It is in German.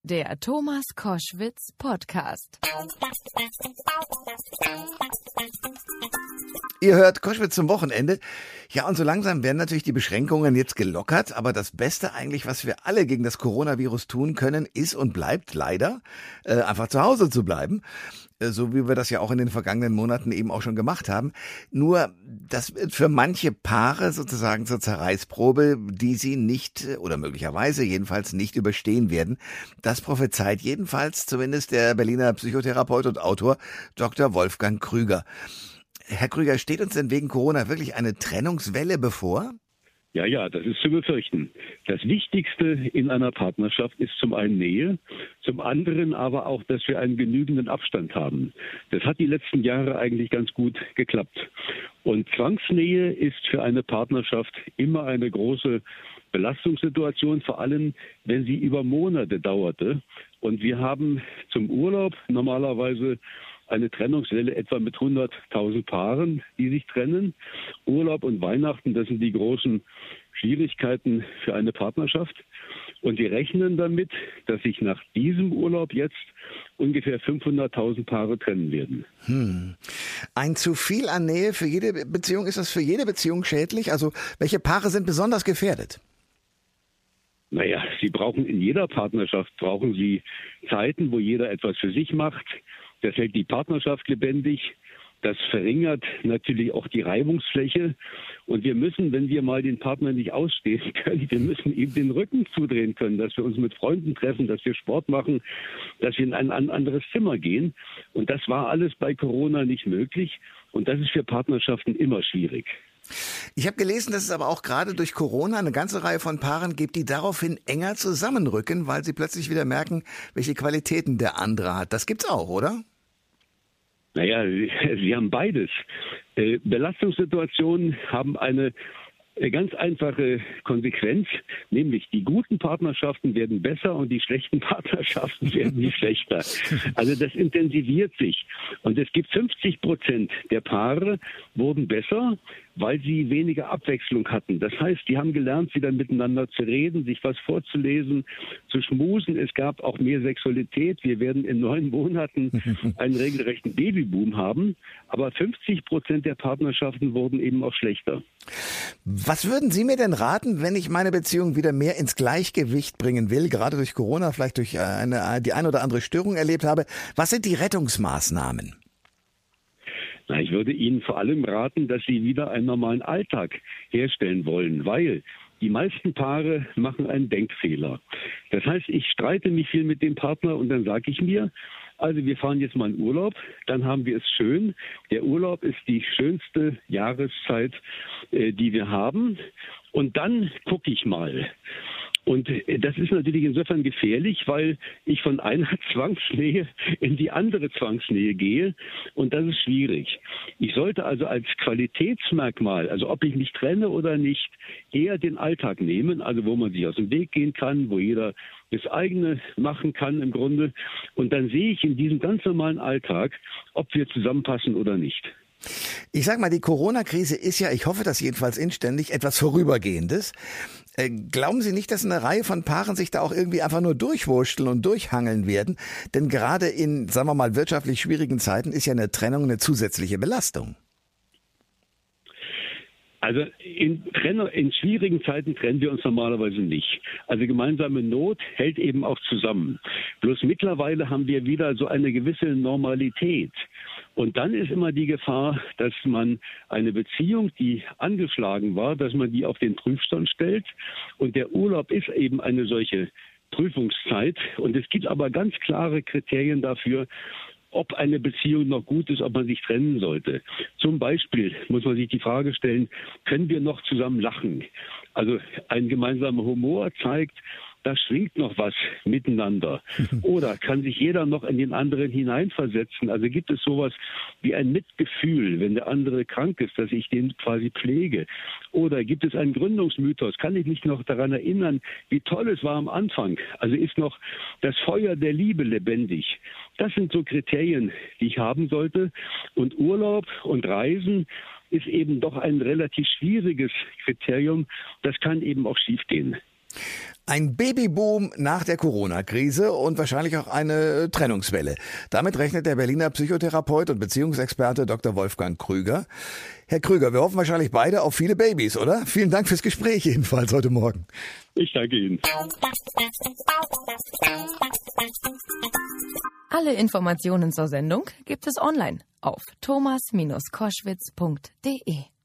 Der Thomas Koschwitz Podcast. Ihr hört Koschwitz zum Wochenende. Ja, und so langsam werden natürlich die Beschränkungen jetzt gelockert. Aber das Beste eigentlich, was wir alle gegen das Coronavirus tun können, ist und bleibt leider, einfach zu Hause zu bleiben. So wie wir das ja auch in den vergangenen Monaten eben auch schon gemacht haben. Nur, das wird für manche Paare sozusagen zur Zerreißprobe, die sie nicht oder möglicherweise jedenfalls nicht überstehen werden. Das prophezeit jedenfalls zumindest der Berliner Psychotherapeut und Autor Dr. Wolfgang Krüger. Herr Krüger, steht uns denn wegen Corona wirklich eine Trennungswelle bevor? Ja, das ist zu befürchten. Das Wichtigste in einer Partnerschaft ist zum einen Nähe, zum anderen aber auch, dass wir einen genügenden Abstand haben. Das hat die letzten Jahre eigentlich ganz gut geklappt. Und Zwangsnähe ist für eine Partnerschaft immer eine große Belastungssituation, vor allem wenn sie über Monate dauerte. Und wir haben zum Urlaub normalerweise eine Trennungswelle etwa mit 100.000 Paaren, die sich trennen. Urlaub und Weihnachten, das sind die großen Schwierigkeiten für eine Partnerschaft. Und wir rechnen damit, dass sich nach diesem Urlaub jetzt ungefähr 500.000 Paare trennen werden. Ein zu viel an Nähe für jede Beziehung, ist das für jede Beziehung schädlich? Also welche Paare sind besonders gefährdet? Naja, in jeder Partnerschaft brauchen sie Zeiten, wo jeder etwas für sich macht. Das hält die Partnerschaft lebendig. Das verringert natürlich auch die Reibungsfläche. Und wir müssen, wenn wir mal den Partner nicht ausstehen können, wir müssen ihm den Rücken zudrehen können, dass wir uns mit Freunden treffen, dass wir Sport machen, dass wir in ein anderes Zimmer gehen. Und das war alles bei Corona nicht möglich. Und das ist für Partnerschaften immer schwierig. Ich habe gelesen, dass es aber auch gerade durch Corona eine ganze Reihe von Paaren gibt, die daraufhin enger zusammenrücken, weil sie plötzlich wieder merken, welche Qualitäten der andere hat. Das gibt's auch, oder? Naja, sie haben beides. Belastungssituationen haben eine ganz einfache Konsequenz, nämlich die guten Partnerschaften werden besser und die schlechten Partnerschaften werden nicht schlechter. Also das intensiviert sich. Und es gibt 50% der Paare wurden besser, weil sie weniger Abwechslung hatten. Das heißt, die haben gelernt, wieder miteinander zu reden, sich was vorzulesen, zu schmusen. Es gab auch mehr Sexualität. Wir werden in 9 Monaten einen regelrechten Babyboom haben. Aber 50% der Partnerschaften wurden eben auch schlechter. Was würden Sie mir denn raten, wenn ich meine Beziehung wieder mehr ins Gleichgewicht bringen will, gerade durch Corona, vielleicht durch die ein oder andere Störung erlebt habe? Was sind die Rettungsmaßnahmen? Na, ich würde Ihnen vor allem raten, dass Sie wieder einen normalen Alltag herstellen wollen, weil die meisten Paare machen einen Denkfehler. Das heißt, ich streite mich viel mit dem Partner und dann sage ich mir, also wir fahren jetzt mal in Urlaub, dann haben wir es schön. Der Urlaub ist die schönste Jahreszeit, die wir haben. Und dann gucke ich mal. Und das ist natürlich insofern gefährlich, weil ich von einer Zwangsnähe in die andere Zwangsnähe gehe. Und das ist schwierig. Ich sollte also als Qualitätsmerkmal, also ob ich mich trenne oder nicht, eher den Alltag nehmen, also wo man sich aus dem Weg gehen kann, wo jeder das eigene machen kann im Grunde. Und dann sehe ich in diesem ganz normalen Alltag, ob wir zusammenpassen oder nicht. Ich sag mal, die Corona-Krise ist ja, ich hoffe das jedenfalls inständig, etwas Vorübergehendes. Glauben Sie nicht, dass eine Reihe von Paaren sich da auch irgendwie einfach nur durchwurschteln und durchhangeln werden? Denn gerade in, sagen wir mal, wirtschaftlich schwierigen Zeiten ist ja eine Trennung eine zusätzliche Belastung. Also in schwierigen Zeiten trennen wir uns normalerweise nicht. Also gemeinsame Not hält eben auch zusammen. Bloß mittlerweile haben wir wieder so eine gewisse Normalität. Und dann ist immer die Gefahr, dass man eine Beziehung, die angeschlagen war, dass man die auf den Prüfstand stellt. Und der Urlaub ist eben eine solche Prüfungszeit. Und es gibt aber ganz klare Kriterien dafür, ob eine Beziehung noch gut ist, ob man sich trennen sollte. Zum Beispiel muss man sich die Frage stellen, können wir noch zusammen lachen? Also ein gemeinsamer Humor zeigt, da schwingt noch was miteinander. Oder kann sich jeder noch in den anderen hineinversetzen? Also gibt es sowas wie ein Mitgefühl, wenn der andere krank ist, dass ich den quasi pflege? Oder gibt es einen Gründungsmythos? Kann ich mich noch daran erinnern, wie toll es war am Anfang? Also ist noch das Feuer der Liebe lebendig? Das sind so Kriterien, die ich haben sollte. Und Urlaub und Reisen ist eben doch ein relativ schwieriges Kriterium. Das kann eben auch schiefgehen. Ein Babyboom nach der Corona-Krise und wahrscheinlich auch eine Trennungswelle. Damit rechnet der Berliner Psychotherapeut und Beziehungsexperte Dr. Wolfgang Krüger. Herr Krüger, wir hoffen wahrscheinlich beide auf viele Babys, oder? Vielen Dank fürs Gespräch jedenfalls heute Morgen. Ich danke Ihnen. Alle Informationen zur Sendung gibt es online auf thomas-koschwitz.de.